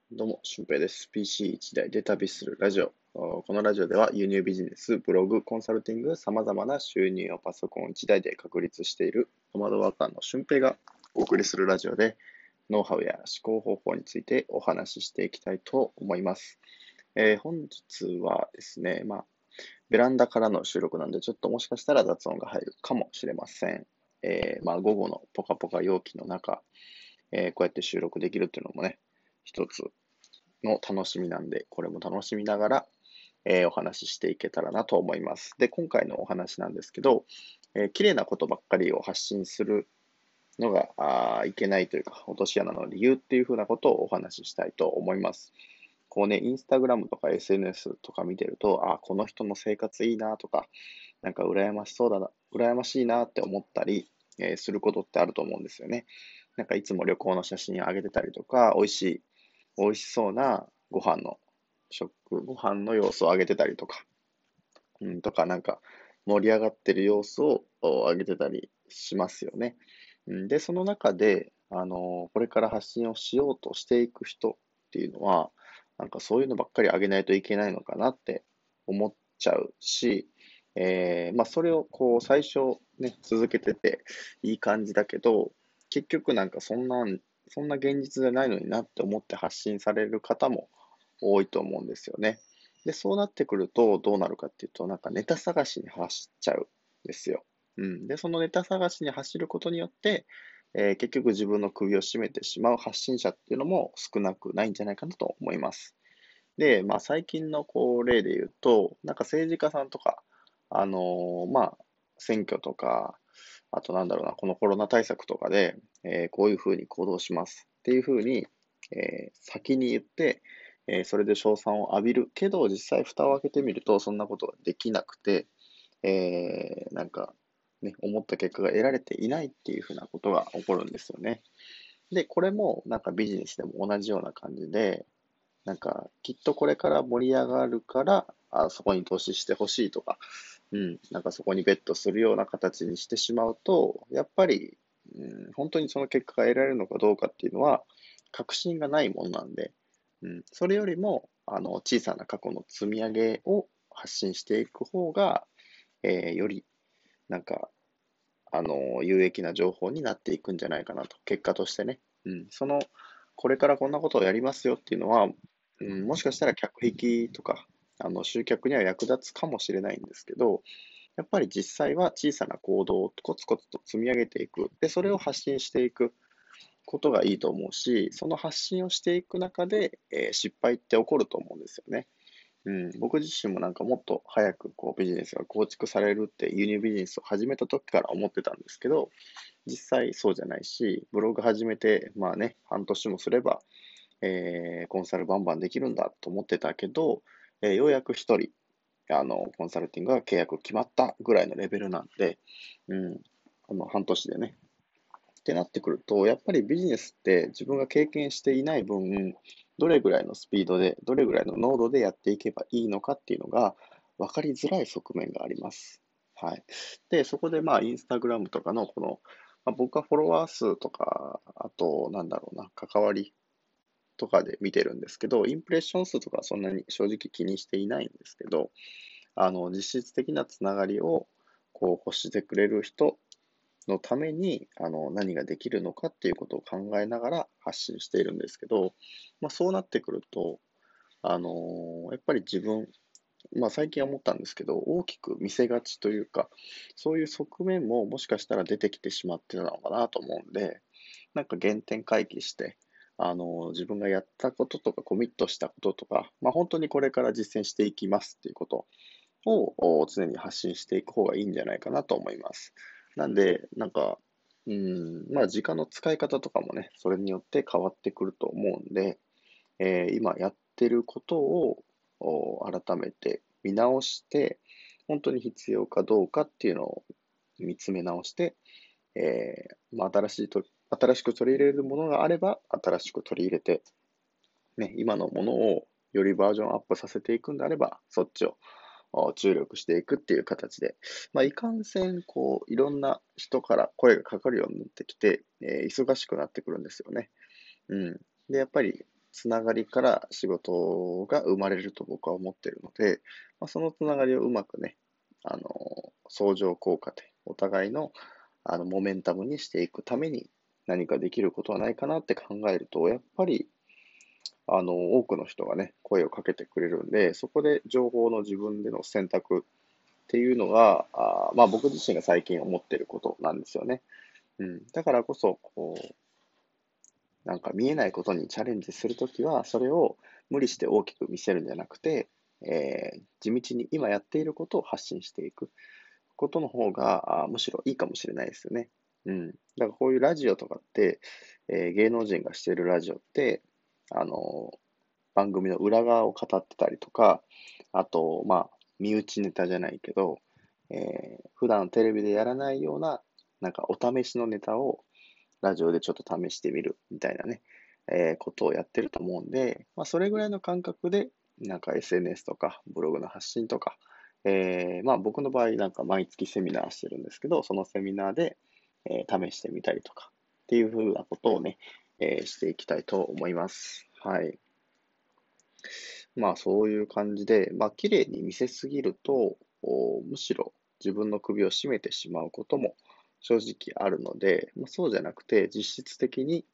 どうも、俊平です。PC1 台で旅するラジオ。このラジオでは輸入ビジネス、ブログ、コンサルティング、様々な収入をパソコン1台で確立しているノマドワーカーの俊平がお送りするラジオで、ノウハウや思考方法についてお話ししていきたいと思います。本日はですね、ベランダからの収録なんで、ちょっともしかしたら雑音が入るかもしれません。午後のポカポカ陽気の中、こうやって収録できるっていうのもね、一つの楽しみなんで、これも楽しみながら、お話ししていけたらなと思います。で、今回のお話なんですけど、綺麗なことばっかりを発信するのがいけないというか、落とし穴の理由っていうふうなことをお話ししたいと思います。こうね、インスタグラムとか SNS とか見てると、この人の生活いいなとか、なんか羨ましそうだな、羨ましいなって思ったり、することってあると思うんですよね。なんかいつも旅行の写真上げてたりとか、美味しそうなご飯の様子を上げてたりとか、とかなんか盛り上がってる様子を上げてたりしますよね。で、その中で、これから発信をしようとしていく人っていうのは、なんかそういうのばっかり上げないといけないのかなって思っちゃうし、それをこう最初ね、続けてていい感じだけど、結局なんかそんな現実じゃないのになって思って発信される方も多いと思うんですよね。で、そうなってくるとどうなるかっていうと、なんかネタ探しに走っちゃうんですよ。で、そのネタ探しに走ることによって、結局自分の首を絞めてしまう発信者っていうのも少なくないんじゃないかなと思います。で、最近の例で言うと、なんか政治家さんとか、選挙とか、あとなんだろうな、このコロナ対策とかで、こういうふうに行動しますっていうふうに、先に言って、それで称賛を浴びるけど、実際蓋を開けてみると、そんなことができなくて、なんか、ね、思った結果が得られていないっていうふうなことが起こるんですよね。で、これもなんかビジネスでも同じような感じで、なんか、きっとこれから盛り上がるから、そこに投資してほしいとか、なんかそこにベットするような形にしてしまうと、やっぱり、本当にその結果が得られるのかどうかっていうのは、確信がないもんなんで、それよりも、小さな過去の積み上げを発信していく方が、より、なんか、有益な情報になっていくんじゃないかなと、結果としてね。これからこんなことをやりますよっていうのは、もしかしたら客引きとか、集客には役立つかもしれないんですけど、やっぱり実際は小さな行動をコツコツと積み上げていく。で、それを発信していくことがいいと思うし、その発信をしていく中で、失敗って起こると思うんですよね。僕自身もなんかもっと早くビジネスが構築されるって輸入ビジネスを始めた時から思ってたんですけど、実際そうじゃないし、ブログ始めて、半年もすれば、コンサルバンバンできるんだと思ってたけど、ようやく一人、コンサルティングが契約決まったぐらいのレベルなんで、うん、半年でね。ってなってくると、やっぱりビジネスって自分が経験していない分、どれぐらいのスピードで、どれぐらいの濃度でやっていけばいいのかっていうのが分かりづらい側面があります。はい。で、そこでインスタグラムとかの僕はフォロワー数とか、あと、なんだろうな、関わりとかで見てるんですけど、インプレッション数とかはそんなに正直気にしていないんですけど、実質的なつながりを欲してくれる人のために、何ができるのかっていうことを考えながら発信しているんですけど、そうなってくると、やっぱり最近思ったんですけど、大きく見せがちというか、そういう側面ももしかしたら出てきてしまってたのかなと思うんで、なんか原点回帰して、自分がやったこととかコミットしたこととか、本当にこれから実践していきますっていうことを常に発信していく方がいいんじゃないかなと思います。なんで、なんか、時間の使い方とかもね、それによって変わってくると思うんで、今やってることを改めて見直して、本当に必要かどうかっていうのを見つめ直して、新しく取り入れるものがあれば、新しく取り入れて、ね、今のものをよりバージョンアップさせていくんであれば、そっちを注力していくっていう形で、いかんせん、いろんな人から声がかかるようになってきて、忙しくなってくるんですよね。うん。で、やっぱり、 つながりから仕事が生まれると僕は思っているので、そのつながりをうまくね、相乗効果で、お互いの、モメンタムにしていくために何かできることはないかなって考えると、やっぱり、多くの人がね、声をかけてくれるんで、そこで情報の自分での選択っていうのが、僕自身が最近思っていることなんですよね。うん。だからこそ、なんか見えないことにチャレンジするときは、それを無理して大きく見せるんじゃなくて、地道に今やっていることを発信していくことの方が、むしろいいかもしれないですよね。うん。だからこういうラジオとかって、芸能人がしているラジオって、あの、番組の裏側を語ってたりとか、あと、身内ネタじゃないけど、普段テレビでやらないような、なんかお試しのネタをラジオでちょっと試してみるみたいなね、ことをやってると思うんで、それぐらいの感覚で、なんか SNS とかブログの発信とか、僕の場合なんか毎月セミナーしてるんですけど、そのセミナーで、試してみたりとかっていうふうなことをね、していきたいと思います。はい。そういう感じで、綺麗に見せすぎると、むしろ自分の首を絞めてしまうことも正直あるので、そうじゃなくて実質的に、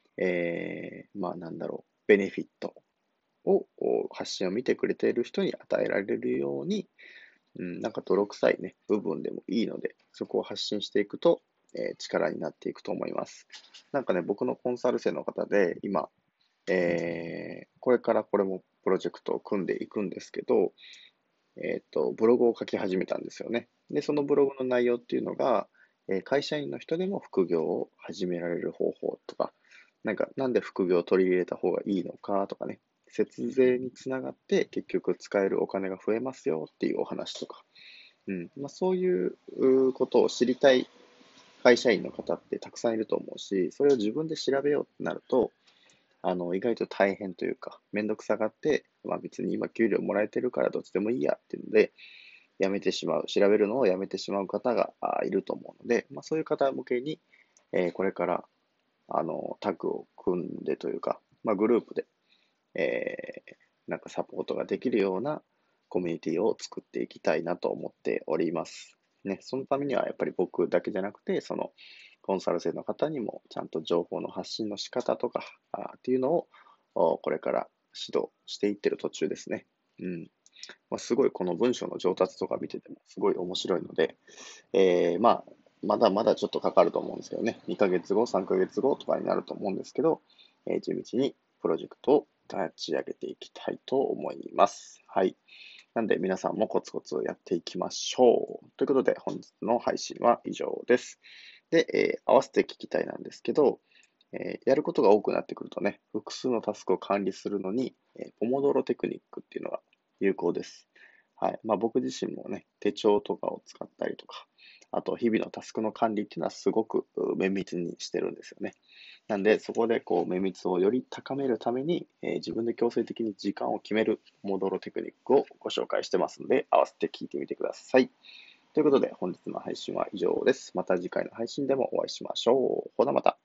ベネフィットを、発信を見てくれている人に与えられるように、なんか泥臭いね、部分でもいいので、そこを発信していくと、力になっていくと思います。なんかね、僕のコンサル生の方で、今、これからこれもプロジェクトを組んでいくんですけど、ブログを書き始めたんですよね。で、そのブログの内容っていうのが、会社員の人でも副業を始められる方法とか、なんで副業を取り入れた方がいいのかとかね、節税につながって結局使えるお金が増えますよっていうお話とか、そういうことを知りたい会社員の方ってたくさんいると思うし、それを自分で調べようってなると、意外と大変というか、めんどくさがって、別に今給料もらえてるからどっちでもいいやっていうので、やめてしまう、調べるのをやめてしまう方がいると思うので、そういう方向けに、これから、タッグを組んでというか、グループで、なんかサポートができるようなコミュニティを作っていきたいなと思っております。ね、そのためにはやっぱり僕だけじゃなくて、そのコンサル生の方にもちゃんと情報の発信の仕方とかっていうのをこれから指導していってる途中ですね。うん。すごいこの文章の上達とか見ててもすごい面白いので、まだまだちょっとかかると思うんですけどね、2ヶ月後、3ヶ月後とかになると思うんですけど、地道にプロジェクトを立ち上げていきたいと思います。はい。なんで皆さんもコツコツやっていきましょう。ということで本日の配信は以上です。で、合わせて聞きたいなんですけど、やることが多くなってくるとね、複数のタスクを管理するのに、ポモドロテクニックっていうのが有効です。はい。僕自身もね、手帳とかを使ったりとか、あと日々のタスクの管理っていうのはすごく綿密にしてるんですよね。なんで、そこでこう綿密をより高めるために、自分で強制的に時間を決めるポモドロテクニックをご紹介してますので、合わせて聞いてみてください。ということで、本日の配信は以上です。また次回の配信でもお会いしましょう。ほなまた。